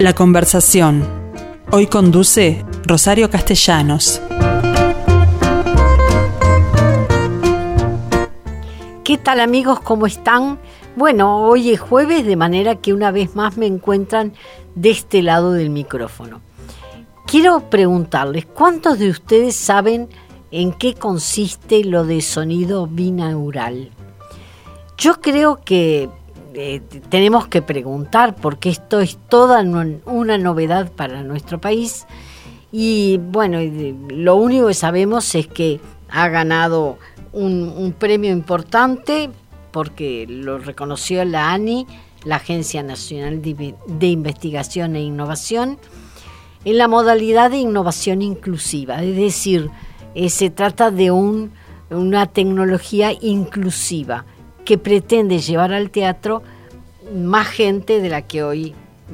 La conversación. Hoy conduce Rosario Castellanos. ¿Qué tal, amigos? ¿Cómo están? Bueno, hoy es jueves, de manera que una vez más me encuentran de este lado del micrófono. Quiero preguntarles, ¿cuántos de ustedes saben en qué consiste lo de sonido binaural? Yo creo que tenemos que preguntar, porque esto es toda una novedad para nuestro país. Y bueno, lo único que sabemos es que ha ganado un premio importante, porque lo reconoció la ANI, la Agencia Nacional de Investigación e Innovación, en la modalidad de innovación inclusiva. Es decir, se trata de una tecnología inclusiva que pretende llevar al teatro más gente de la que hoy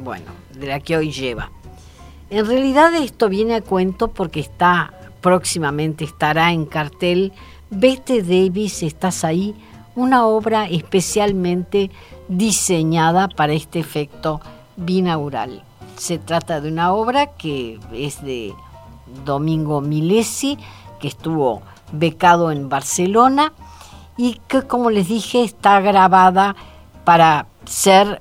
lleva. En realidad esto viene a cuento porque próximamente estará en cartel Bette Davis, ¿estás ahí?, una obra especialmente diseñada para este efecto binaural. Se trata de una obra que es de Domingo Milesi, que estuvo becado en Barcelona y que, como les dije, está grabada para ser,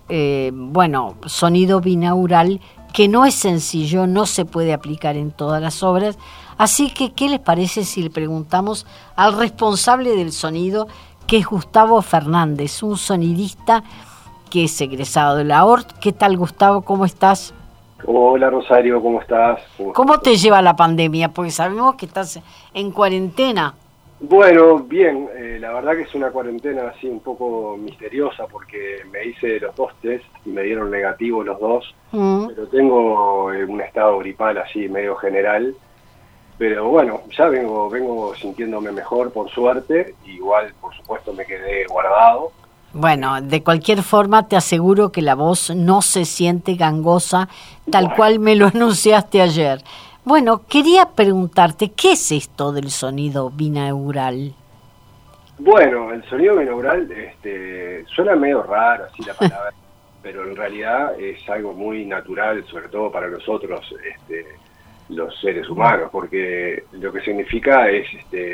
sonido binaural, que no es sencillo, no se puede aplicar en todas las obras. Así que, ¿qué les parece si le preguntamos al responsable del sonido, que es Gustavo Fernández, un sonidista que es egresado de la ORT? ¿Qué tal, Gustavo? ¿Cómo estás? Hola, Rosario, ¿cómo estás? ¿Cómo te lleva la pandemia? Porque sabemos que estás en cuarentena. Bueno, bien, la verdad que es una cuarentena así un poco misteriosa, porque me hice los 2 test y me dieron negativos los 2, pero tengo un estado gripal así medio general. Pero bueno, ya vengo sintiéndome mejor, por suerte. Igual, por supuesto, me quedé guardado. Bueno, de cualquier forma te aseguro que la voz no se siente gangosa, tal cual me lo anunciaste ayer. Bueno, quería preguntarte, ¿qué es esto del sonido binaural? Bueno, el sonido binaural suena medio raro así la palabra, pero en realidad es algo muy natural, sobre todo para nosotros, los seres humanos, porque lo que significa es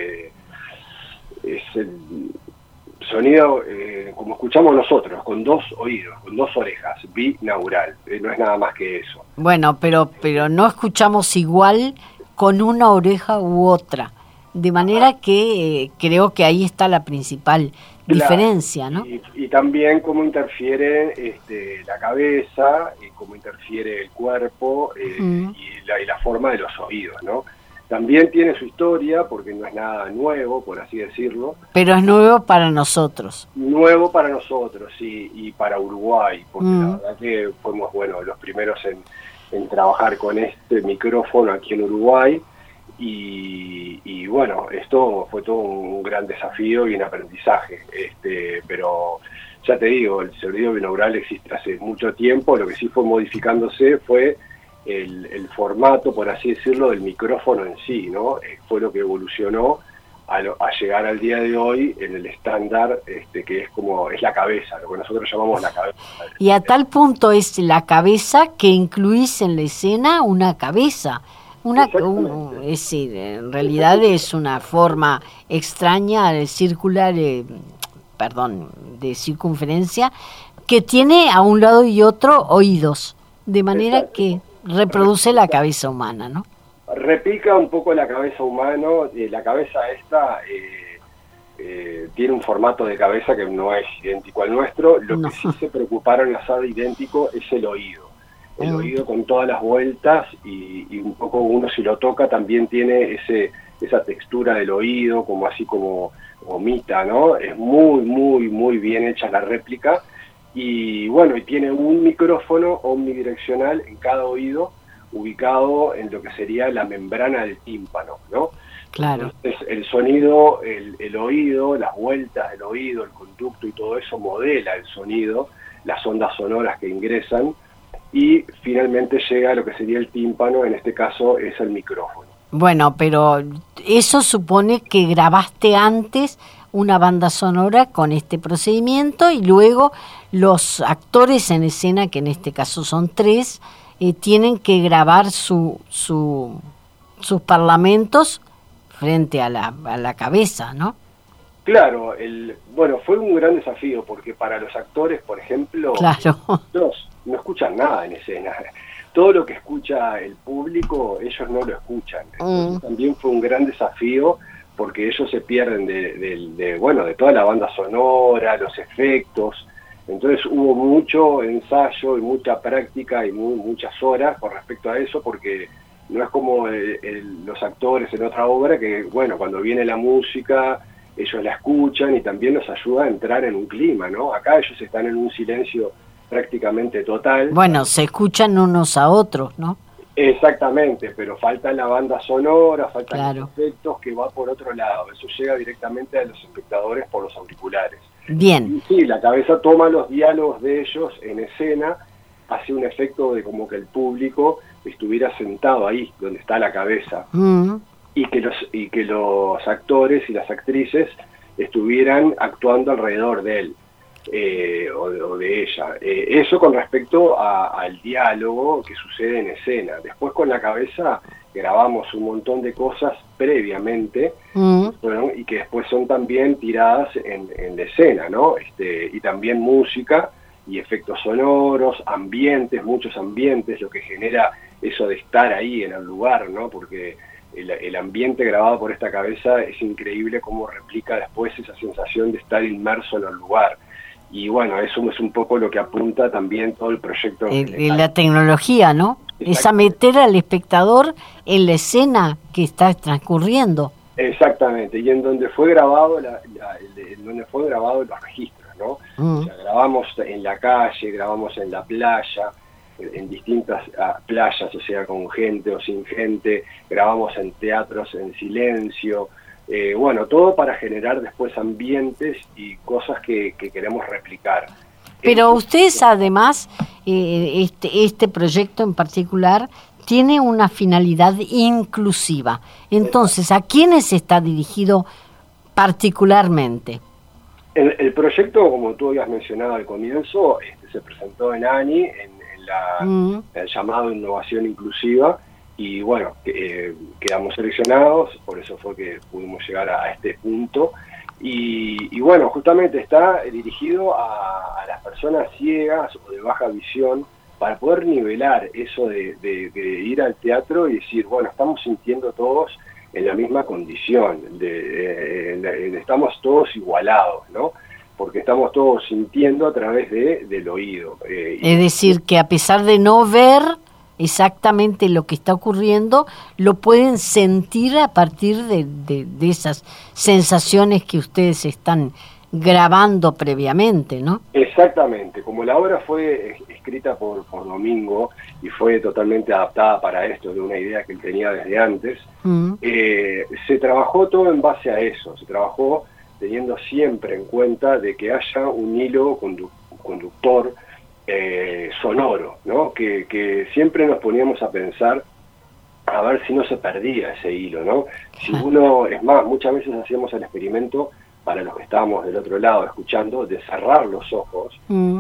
el sonido como escuchamos nosotros, con 2 oídos, con 2 orejas, binaural, no es nada más que eso. Bueno, pero no escuchamos igual con una oreja u otra, de manera que creo que ahí está la principal diferencia, ¿no? Y también cómo interfiere la cabeza, cómo interfiere el cuerpo y la forma de los oídos, ¿no? También tiene su historia, porque no es nada nuevo, por así decirlo. Pero es nuevo para nosotros. Nuevo para nosotros, sí, y para Uruguay, porque la verdad que fuimos, los primeros en trabajar con este micrófono aquí en Uruguay. Y bueno, esto fue todo un gran desafío y un aprendizaje, pero ya te digo, el sonido binaural existe hace mucho tiempo. Lo que sí fue modificándose fue el formato, por así decirlo, del micrófono en sí, ¿no? Fue lo que evolucionó a llegar al día de hoy en el estándar, que es la cabeza, lo que nosotros llamamos la cabeza. Y a tal punto es la cabeza que incluís en la escena una cabeza. Es decir, en realidad es una forma extraña, circular, de circunferencia, que tiene a un lado y otro oídos, de manera que reproduce la cabeza humana, ¿no? Replica un poco la cabeza humana. La cabeza esta tiene un formato de cabeza que no es idéntico al nuestro. Lo que sí se preocuparon en hacer idéntico es el oído. El oído con todas las vueltas y un poco uno, si lo toca, también tiene esa textura del oído, como así como gomita, ¿no? Es muy, muy, muy bien hecha la réplica. Y bueno, y tiene un micrófono omnidireccional en cada oído, ubicado en lo que sería la membrana del tímpano, ¿no? Claro. Entonces, el sonido, el oído, las vueltas del oído, el conducto y todo eso modela el sonido, las ondas sonoras que ingresan, y finalmente llega a lo que sería el tímpano, en este caso es el micrófono. Bueno, pero eso supone que grabaste antes una banda sonora con este procedimiento y luego los actores en escena, que en este caso son 3, tienen que grabar sus parlamentos frente a la cabeza, ¿no? Claro, bueno, fue un gran desafío porque para los actores, por ejemplo, claro, no escuchan nada en escena. Todo lo que escucha el público, ellos no lo escuchan. Entonces, también fue un gran desafío porque ellos se pierden de toda la banda sonora, los efectos. Entonces hubo mucho ensayo y mucha práctica y muchas horas con respecto a eso, porque no es como los actores en otra obra que, bueno, cuando viene la música, ellos la escuchan y también los ayuda a entrar en un clima, ¿no? Acá ellos están en un silencio prácticamente total. Bueno, se escuchan unos a otros, ¿no? Exactamente, pero falta la banda sonora, faltan claro. los efectos, que va por otro lado. Eso llega directamente a los espectadores por los auriculares. Bien. Y sí, la cabeza toma los diálogos de ellos en escena, hace un efecto de como que el público estuviera sentado ahí, donde está la cabeza. Y que los actores y las actrices estuvieran actuando alrededor de él o de ella. Eso con respecto al diálogo que sucede en escena. Después con la cabeza grabamos un montón de cosas previamente, bueno, y que después son también tiradas en la escena, ¿no? Y también música y efectos sonoros, ambientes, muchos ambientes, lo que genera eso de estar ahí en el lugar, ¿no? Porque el ambiente grabado por esta cabeza es increíble cómo replica después esa sensación de estar inmerso en el lugar. Y bueno, eso es un poco lo que apunta también todo el proyecto. La tecnología, ¿no? Es a meter al espectador en la escena que está transcurriendo. Exactamente, y en donde fue grabado los registros, ¿no? O sea, grabamos en la calle, grabamos en la playa, en distintas playas, o sea, con gente o sin gente, grabamos en teatros en silencio, bueno, todo para generar después ambientes y cosas que queremos replicar. Pero ustedes además, este proyecto en particular, tiene una finalidad inclusiva. Entonces, ¿a quiénes está dirigido particularmente? El proyecto, como tú habías mencionado al comienzo, se presentó en ANI, en el llamado Innovación Inclusiva, y bueno, quedamos seleccionados, por eso fue que pudimos llegar a este punto. Y bueno, justamente está dirigido a las personas ciegas o de baja visión, para poder nivelar eso de ir al teatro y decir, bueno, estamos sintiendo todos en la misma condición, estamos todos igualados, ¿no? Porque estamos todos sintiendo a través del oído. Es decir, que a pesar de no ver exactamente lo que está ocurriendo, lo pueden sentir a partir de esas sensaciones que ustedes están grabando previamente, ¿no? Exactamente, como la obra fue escrita por Domingo y fue totalmente adaptada para esto, de una idea que él tenía desde antes, se trabajó todo en base a eso, se trabajó teniendo siempre en cuenta de que haya un hilo conductor sonoro, ¿no? Que siempre nos poníamos a pensar a ver si no se perdía ese hilo, ¿no? Si uno, es más, muchas veces hacíamos el experimento para los que estábamos del otro lado escuchando, de cerrar los ojos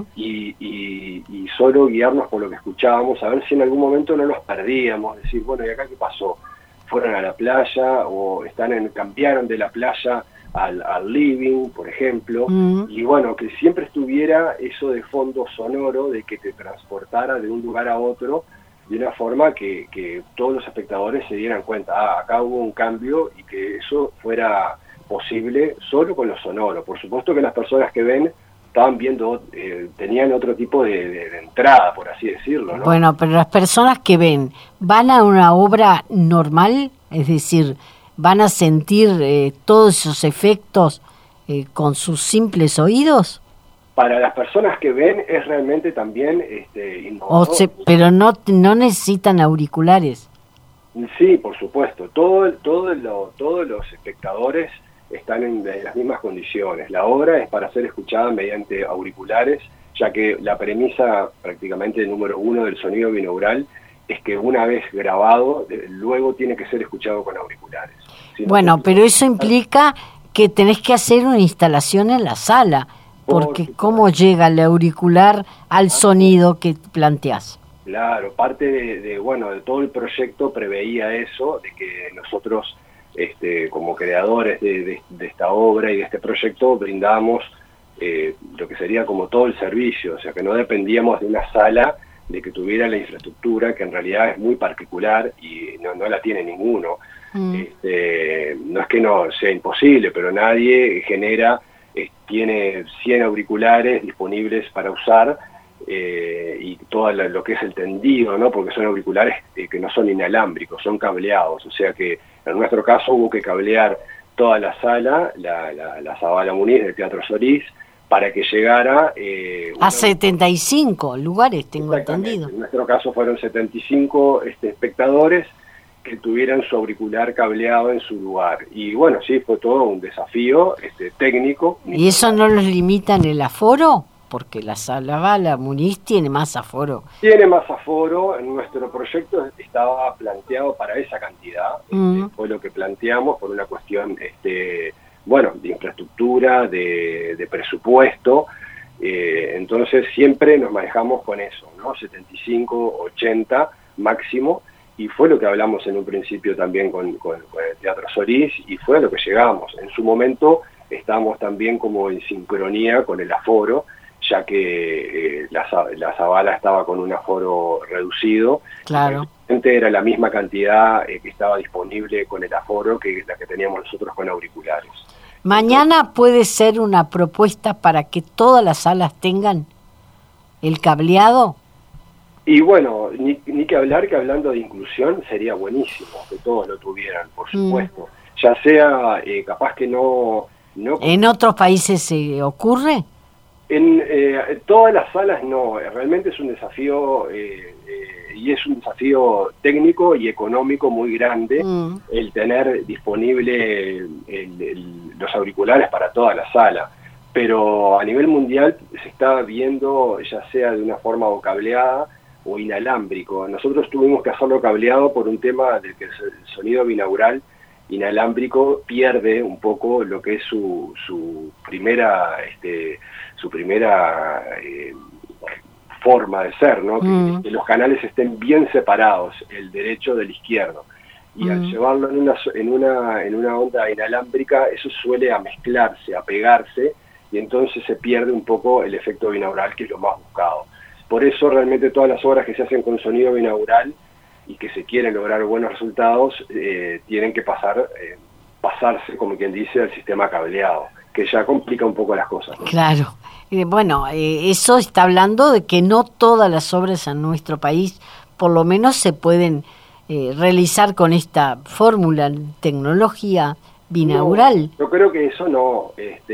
y solo guiarnos por lo que escuchábamos, a ver si en algún momento no nos perdíamos, decir, bueno, ¿y acá qué pasó? ¿Fueron a la playa o cambiaron de la playa al living, por ejemplo? Y bueno, que siempre estuviera eso de fondo sonoro, de que te transportara de un lugar a otro, de una forma que todos los espectadores se dieran cuenta, acá hubo un cambio, y que eso fuera posible solo con lo sonoro. Por supuesto que las personas que ven estaban viendo, tenían otro tipo de entrada, por así decirlo, ¿no? Bueno, pero las personas que ven, ¿van a una obra normal? Es decir, ¿van a sentir todos esos efectos con sus simples oídos? Para las personas que ven es realmente también innovador. Pero no necesitan auriculares. Sí, por supuesto. Todos los espectadores están en las mismas condiciones. La obra es para ser escuchada mediante auriculares, ya que la premisa prácticamente número 1 del sonido binaural es que una vez grabado, luego tiene que ser escuchado con auriculares. Bueno, pero eso implica que tenés que hacer una instalación en la sala, porque ¿cómo llega el auricular al sonido que planteás? Claro, parte de todo el proyecto preveía eso, de que nosotros, como creadores de esta obra y de este proyecto, brindamos lo que sería como todo el servicio, o sea, que no dependíamos de una sala de que tuviera la infraestructura, que en realidad es muy particular y no la tiene ninguno. No es que no sea imposible, pero nadie tiene 100 auriculares disponibles para usar, y todo lo que es el tendido, ¿no? Porque son auriculares que no son inalámbricos, son cableados, o sea que en nuestro caso hubo que cablear toda la sala, la Zabala Muniz del Teatro Solís, para que llegara... a 75 lugares, tengo entendido. En nuestro caso fueron 75 espectadores que tuvieran su auricular cableado en su lugar. Y bueno, sí, fue todo un desafío técnico. ¿Y eso no los limita en el aforo? Porque la Zabala Muniz tiene más aforo. Tiene más aforo. En nuestro proyecto estaba planteado para esa cantidad. Fue lo que planteamos por una cuestión de infraestructura, de presupuesto. Entonces siempre nos manejamos con eso, ¿no? 75, 80 máximo. Y fue lo que hablamos en un principio también con el Teatro Solís, y fue a lo que llegamos. En su momento estábamos también como en sincronía con el aforo, ya que la Zabala estaba con un aforo reducido. Claro. Era la misma cantidad que estaba disponible con el aforo que la que teníamos nosotros con auriculares. Mañana puede ser una propuesta para que todas las salas tengan el cableado. Y bueno, ni que hablar, que hablando de inclusión sería buenísimo que todos lo tuvieran, por supuesto. Ya sea, capaz que no... ¿En otros países se ocurre? En todas las salas no, realmente es un desafío, y es un desafío técnico y económico muy grande el tener disponible los auriculares para toda la sala. Pero a nivel mundial se está viendo, ya sea de una forma o cableada o inalámbrico. Nosotros tuvimos que hacerlo cableado por un tema de que el sonido binaural inalámbrico pierde un poco lo que es su primera forma de ser, ¿no? Que los canales estén bien separados, el derecho del izquierdo. Y al llevarlo en una onda inalámbrica, eso suele mezclarse, a pegarse, y entonces se pierde un poco el efecto binaural, que es lo más buscado. Por eso realmente todas las obras que se hacen con sonido binaural y que se quieren lograr buenos resultados, tienen que pasarse, como quien dice, al sistema cableado, que ya complica un poco las cosas, ¿no? Claro. Eso está hablando de que no todas las obras en nuestro país, por lo menos, se pueden realizar con esta fórmula, tecnología binaural. No, yo creo que eso no,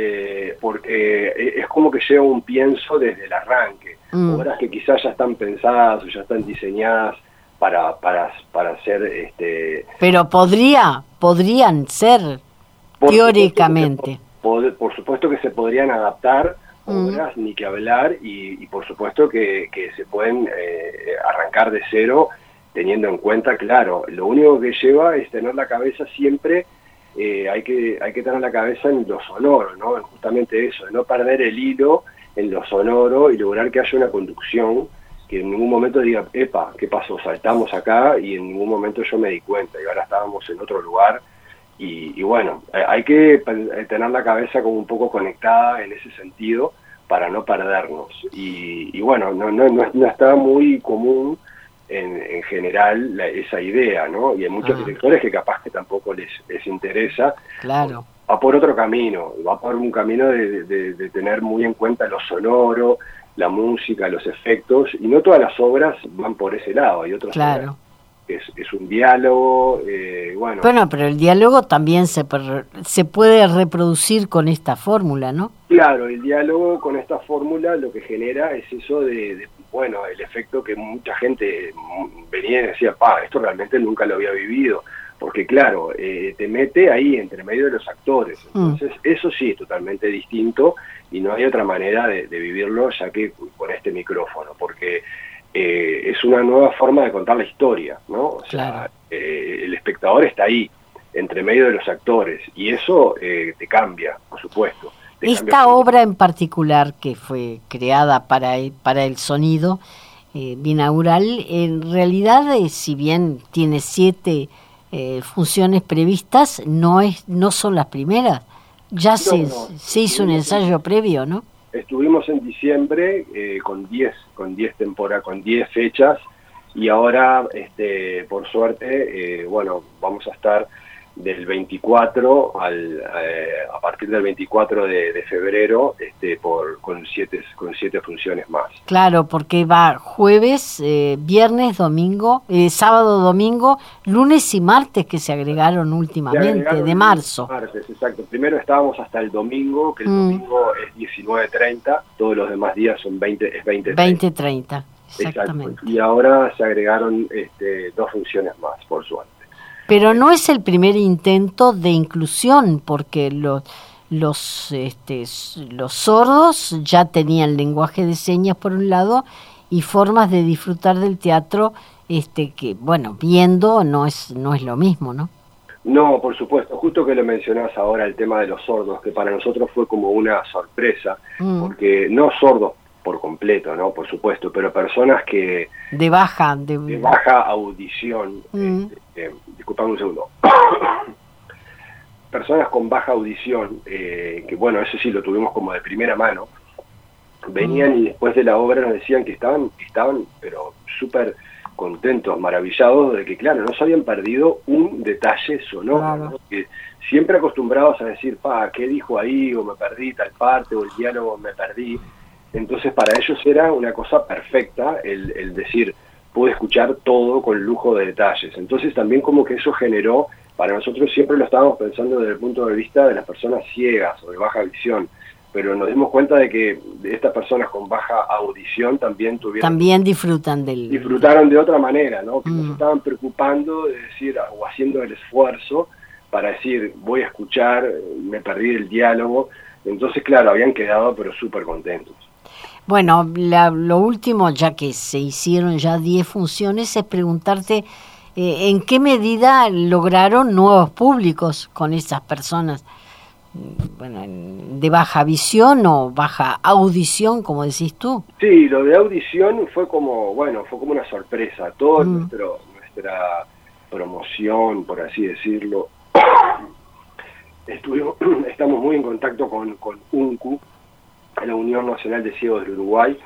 porque es como que lleva un pienso desde el arranque. Obras que quizás ya están pensadas o ya están diseñadas para ser... Pero podrían ser, teóricamente. Por supuesto que se podrían adaptar obras, ni que hablar, y por supuesto que se pueden arrancar de cero, teniendo en cuenta, claro, lo único que lleva es tener la cabeza siempre, hay que tener la cabeza en lo sonoro, ¿no? Justamente eso, de no perder el hilo en lo sonoro y lograr que haya una conducción que en ningún momento diga, epa, ¿qué pasó? Saltamos acá, y en ningún momento yo me di cuenta, y ahora estábamos en otro lugar. Y bueno, hay que tener la cabeza como un poco conectada en ese sentido para no perdernos. Y bueno, no está muy común en general esa idea, ¿no? Y hay muchos directores que capaz que tampoco les interesa. Claro. Va por otro camino, va por un camino de tener muy en cuenta lo sonoro, la música, los efectos, y no todas las obras van por ese lado. Hay otras obras que es un diálogo, Bueno, pero el diálogo también se puede reproducir con esta fórmula, ¿no? Claro, el diálogo con esta fórmula lo que genera es eso el efecto que mucha gente venía y decía, esto realmente nunca lo había vivido, porque claro, te mete ahí entre medio de los actores, entonces eso sí es totalmente distinto, y no hay otra manera de vivirlo ya que con este micrófono, porque es una nueva forma de contar la historia, ¿no? O sea, el espectador está ahí, entre medio de los actores, y eso te cambia, por supuesto. Esta obra en particular, que fue creada para el sonido, binaural, en realidad, si bien tiene 7 funciones previstas, no son las primeras. Ya se hizo un ensayo previo, ¿no? Estuvimos en diciembre con 10 fechas, y ahora, por suerte, vamos a estar del 24 a partir del 24 de febrero con siete funciones más. Claro, porque va jueves, viernes, domingo, sábado, domingo, lunes y martes, que se agregaron últimamente, de marzo. Martes, exacto. Primero estábamos hasta el domingo, que el domingo es 19:30, todos los demás días son 20:30. 20:30, exactamente. Exacto. Y ahora se agregaron 2 funciones más, por suerte. Pero no es el primer intento de inclusión, porque los sordos ya tenían lenguaje de señas por un lado y formas de disfrutar del teatro que, bueno, viendo no es lo mismo, ¿no? No, por supuesto. Justo que lo mencionás ahora, el tema de los sordos, que para nosotros fue como una sorpresa, porque no sordos por completo, ¿no? Por supuesto, pero personas que... De baja audición. Disculpame un segundo. Personas con baja audición, que bueno, eso sí lo tuvimos como de primera mano, venían y después de la obra nos decían que estaban pero súper contentos, maravillados de que, claro, no se habían perdido un detalle sonoro, claro, ¿no? Que siempre acostumbrados a decir, ¿qué dijo ahí? O me perdí tal parte, o el diálogo me perdí. Entonces para ellos era una cosa perfecta el decir, pude escuchar todo con lujo de detalles. Entonces también como que eso generó, para nosotros siempre lo estábamos pensando desde el punto de vista de las personas ciegas o de baja visión, pero nos dimos cuenta de que estas personas con baja audición también disfrutaron de otra manera, ¿no? Que no se estaban preocupando de decir, o haciendo el esfuerzo para decir, voy a escuchar, me perdí el diálogo. Entonces, claro, habían quedado pero súper contentos. Bueno, lo último, ya que se hicieron ya 10 funciones, es preguntarte en qué medida lograron nuevos públicos con esas personas, bueno, de baja visión o baja audición, como decís tú. Sí, lo de audición fue como una sorpresa. Toda nuestra promoción, por así decirlo, estamos muy en contacto con UNCU, la Unión Nacional de Ciegos del Uruguay,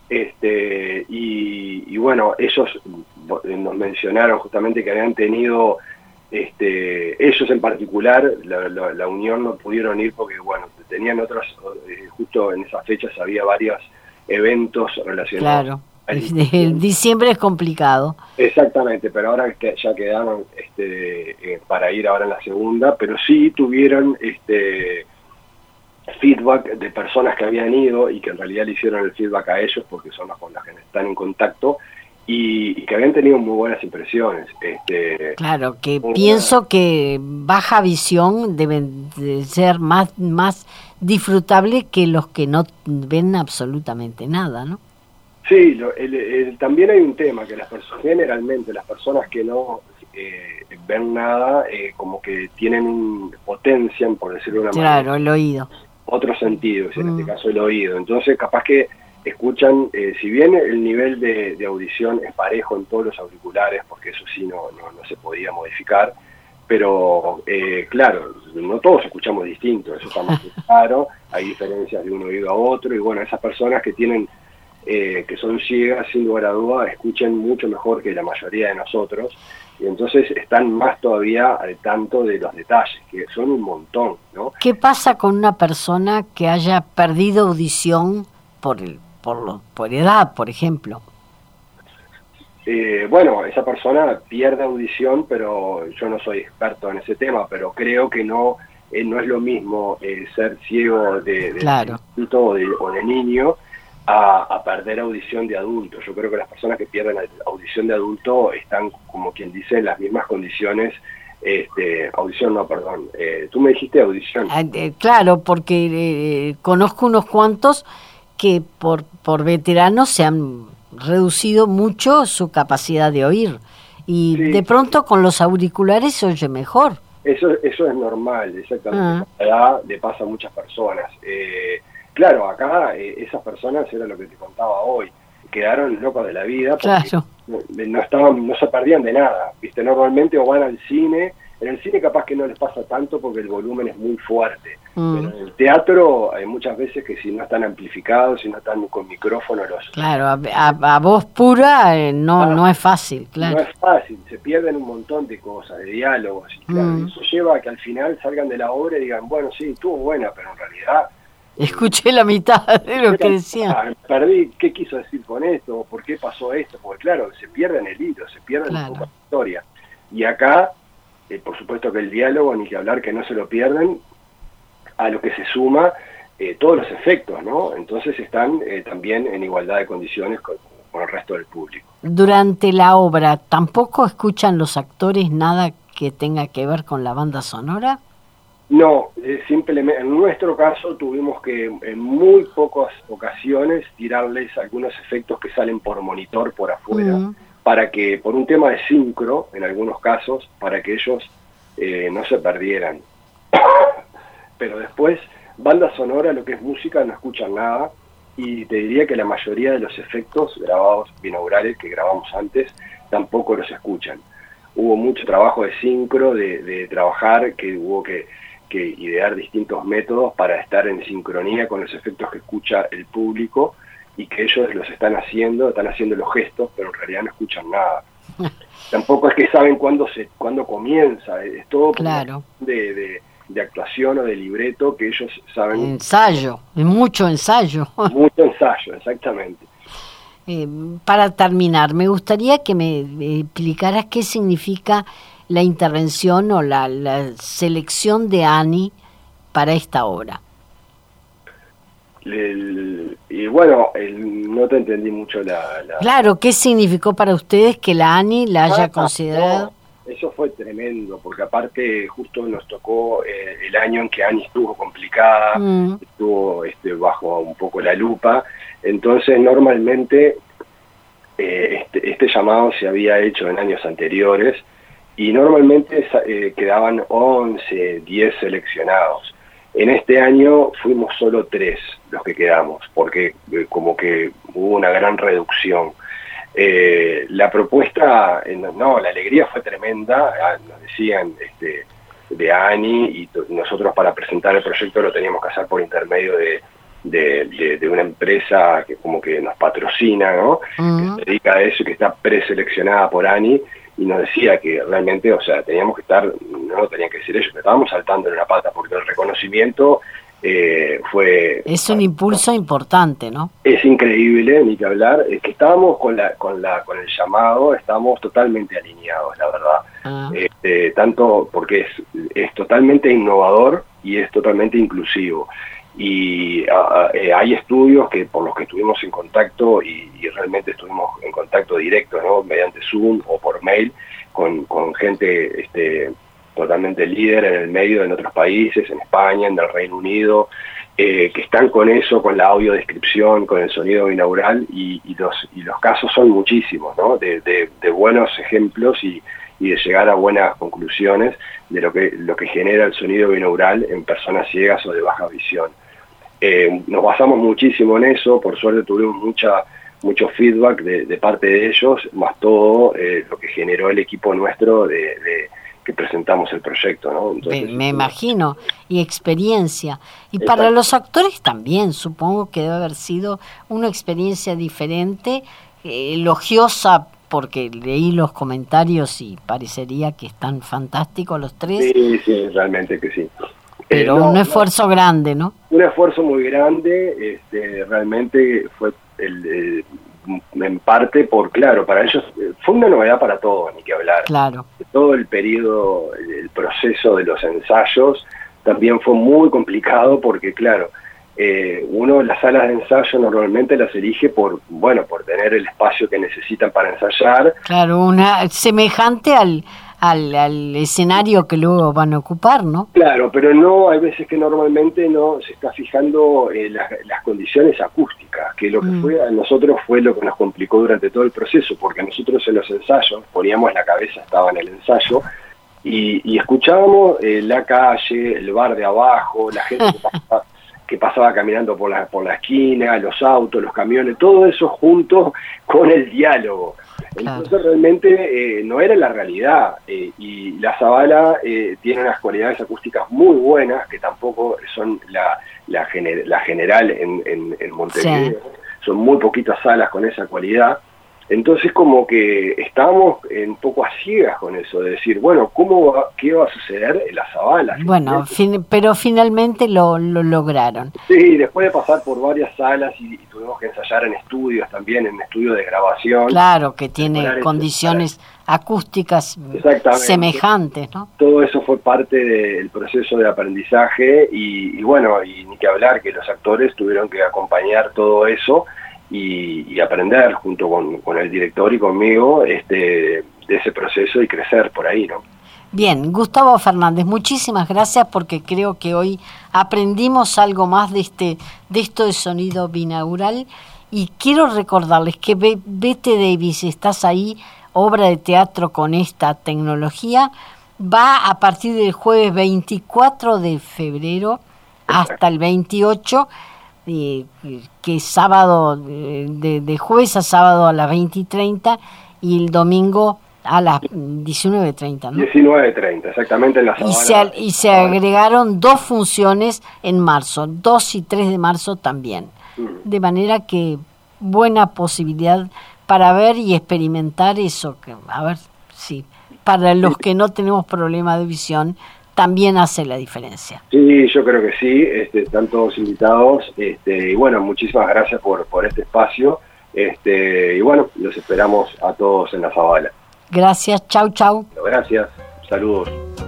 y bueno, ellos nos mencionaron justamente que habían tenido, ellos en particular, la Unión no pudieron ir porque, bueno, tenían otros, justo en esas fechas había varios eventos relacionados. Claro, el diciembre es complicado. Exactamente, pero ahora ya quedaron para ir ahora en la segunda, pero sí tuvieron feedback de personas que habían ido y que en realidad le hicieron el feedback a ellos porque son las con las que están en contacto y que habían tenido muy buenas impresiones. Claro, que pienso que baja visión deben de ser más disfrutable que los que no ven absolutamente nada, ¿no? Sí, también hay un tema que generalmente las personas que no ven nada como que potencian, por decirlo de una manera. Claro, el oído. Otros sentidos, en este caso el oído. Entonces, capaz que escuchan, si bien el nivel de audición es parejo en todos los auriculares, porque eso sí no se podía modificar, pero claro, no todos escuchamos distinto, eso está más claro, hay diferencias de un oído a otro, y bueno, esas personas que tienen, que son ciegas, sin lugar a duda, escuchan mucho mejor que la mayoría de nosotros, y entonces están más todavía al tanto de los detalles, que son un montón, ¿no? ¿Qué pasa con una persona que haya perdido audición por edad, por ejemplo? Bueno, esa persona pierde audición, pero yo no soy experto en ese tema, pero creo que no es lo mismo ser ciego de claro, adulto o de niño a perder audición de adulto. Yo creo que las personas que pierden audición de adulto están, como quien dice, en las mismas condiciones. Audición no, perdón. Tú me dijiste audición. Claro, porque conozco unos cuantos que por veteranos se han reducido mucho su capacidad de oír y sí, de pronto con los auriculares se oye mejor. Eso es normal, exactamente. La edad le pasa a muchas personas. Claro, acá esas personas, era lo que te contaba hoy, quedaron locos de la vida porque Claro. no se perdían de nada, ¿viste? Normalmente o van al cine, en el cine capaz que no les pasa tanto porque el volumen es muy fuerte, pero en el teatro hay muchas veces que si no están amplificados, si no están con micrófono, Claro, a voz pura no es fácil, claro. no es fácil, se pierden un montón de cosas, de diálogos, y claro, eso lleva a que al final salgan de la obra y digan, bueno, sí, estuvo buena, pero en realidad... Escuché la mitad de lo que decía. Perdí, ¿qué quiso decir con esto? ¿Por qué pasó esto? Porque claro, se pierden el hilo, se pierden un poco la historia. Y acá, por supuesto que el diálogo, ni que hablar que no se lo pierden, a lo que se suma todos los efectos, ¿no? Entonces están también en igualdad de condiciones con el resto del público. Durante la obra, ¿tampoco escuchan los actores nada que tenga que ver con la banda sonora? No, simplemente en nuestro caso tuvimos que en muy pocas ocasiones tirarles algunos efectos que salen por monitor por afuera, para que, por un tema de sincro, en algunos casos, para que ellos no se perdieran. Pero después, banda sonora, lo que es música, no escuchan nada, y te diría que la mayoría de los efectos grabados binaurales que grabamos antes, tampoco los escuchan. Hubo mucho trabajo de sincro, de trabajar, que hubo que idear distintos métodos para estar en sincronía con los efectos que escucha el público y que ellos los están haciendo los gestos, pero en realidad no escuchan nada. Tampoco es que saben cuándo comienza, es todo claro. de actuación o de libreto que ellos saben. Ensayo, mucho ensayo. Mucho ensayo, exactamente. Para terminar, me gustaría que me explicaras qué significa la intervención o la selección de Ani para esta obra. Y bueno, no te entendí mucho la... Claro, ¿qué significó para ustedes que la Ani la haya considerado? No, eso fue tremendo, porque aparte justo nos tocó el año en que Ani estuvo complicada, estuvo bajo un poco la lupa, entonces normalmente este llamado se había hecho en años anteriores, y normalmente quedaban 11, 10 seleccionados. En este año fuimos solo 3 los que quedamos, porque como que hubo una gran reducción. La propuesta, la alegría fue tremenda, nos decían de Ani, y nosotros para presentar el proyecto lo teníamos que hacer por intermedio de una empresa que como que nos patrocina, ¿no? Que se dedica a eso y que está preseleccionada por Ani, y nos decía que realmente, o sea, teníamos que estar, no lo tenían que decir ellos, pero estábamos saltando en la pata, porque el reconocimiento fue... Es un impulso importante, ¿no? Es increíble, ni que hablar, es que estábamos con el llamado, estábamos totalmente alineados, la verdad. Tanto porque es totalmente innovador y es totalmente inclusivo. Y hay estudios que por los que estuvimos en contacto y realmente estuvimos en contacto directo, ¿no? Mediante Zoom o por mail con gente totalmente líder en el medio en otros países, en España, en el Reino Unido, que están con eso, con la audiodescripción, con el sonido binaural, y los casos son muchísimos, ¿no? De buenos ejemplos y de llegar a buenas conclusiones de lo que genera el sonido binaural en personas ciegas o de baja visión. Nos basamos muchísimo en eso, por suerte tuvimos mucho feedback de parte de ellos, más todo lo que generó el equipo nuestro que presentamos el proyecto, ¿no? Entonces, me imagino, y experiencia. Y para los actores también, supongo que debe haber sido una experiencia diferente, elogiosa, porque leí los comentarios y parecería que están fantásticos los 3. Sí, realmente que sí. Pero un esfuerzo grande, ¿no? Un esfuerzo muy grande, realmente fue en parte claro, para ellos fue una novedad para todos, ni que hablar. Claro. Todo el periodo, el proceso de los ensayos también fue muy complicado porque, claro, uno las salas de ensayo normalmente las elige por tener el espacio que necesitan para ensayar. Claro, una semejante al escenario que luego van a ocupar, ¿no? Claro, pero no, hay veces que normalmente no se está fijando las condiciones acústicas, que lo que fue a nosotros fue lo que nos complicó durante todo el proceso, porque nosotros en los ensayos poníamos la cabeza, estaba en el ensayo, y escuchábamos la calle, el bar de abajo, la gente que pasaba, que pasaba caminando por la esquina, los autos, los camiones, todo eso junto con el diálogo. Entonces realmente no era la realidad, y la Zabala tiene unas cualidades acústicas muy buenas, que tampoco son la general en Montevideo. Sí. Son muy poquitas salas con esa cualidad. Entonces como que estábamos un poco a ciegas con eso, de decir, bueno, ¿qué va a suceder en la Zabala? Bueno, pero finalmente lo lograron. Sí, después de pasar por varias salas y tuvimos que ensayar en estudios también, en estudios de grabación. Claro, que tiene condiciones acústicas semejantes, ¿no? Todo eso fue parte del proceso de aprendizaje y bueno, y ni que hablar que los actores tuvieron que acompañar todo eso y aprender junto con el director y conmigo de ese proceso y crecer por ahí, ¿no? Bien, Gustavo Fernández, muchísimas gracias, porque creo que hoy aprendimos algo más de esto de sonido binaural, y quiero recordarles que Bette Davis, estás ahí, obra de teatro con esta tecnología, va a partir del jueves 24 de febrero hasta el 28, que es sábado, de jueves a sábado a las 20:30 y el domingo a las 19:30, ¿no? 19:30, exactamente, en la Zabala. Y se agregaron 2 funciones en marzo, 2 y 3 de marzo también. De manera que buena posibilidad para ver y experimentar eso. A ver si para los que no tenemos problema de visión también hace la diferencia. Sí, yo creo que sí, están todos invitados, y bueno, muchísimas gracias por este espacio, y bueno, los esperamos a todos en la Zabala. Gracias, chau. Gracias, saludos.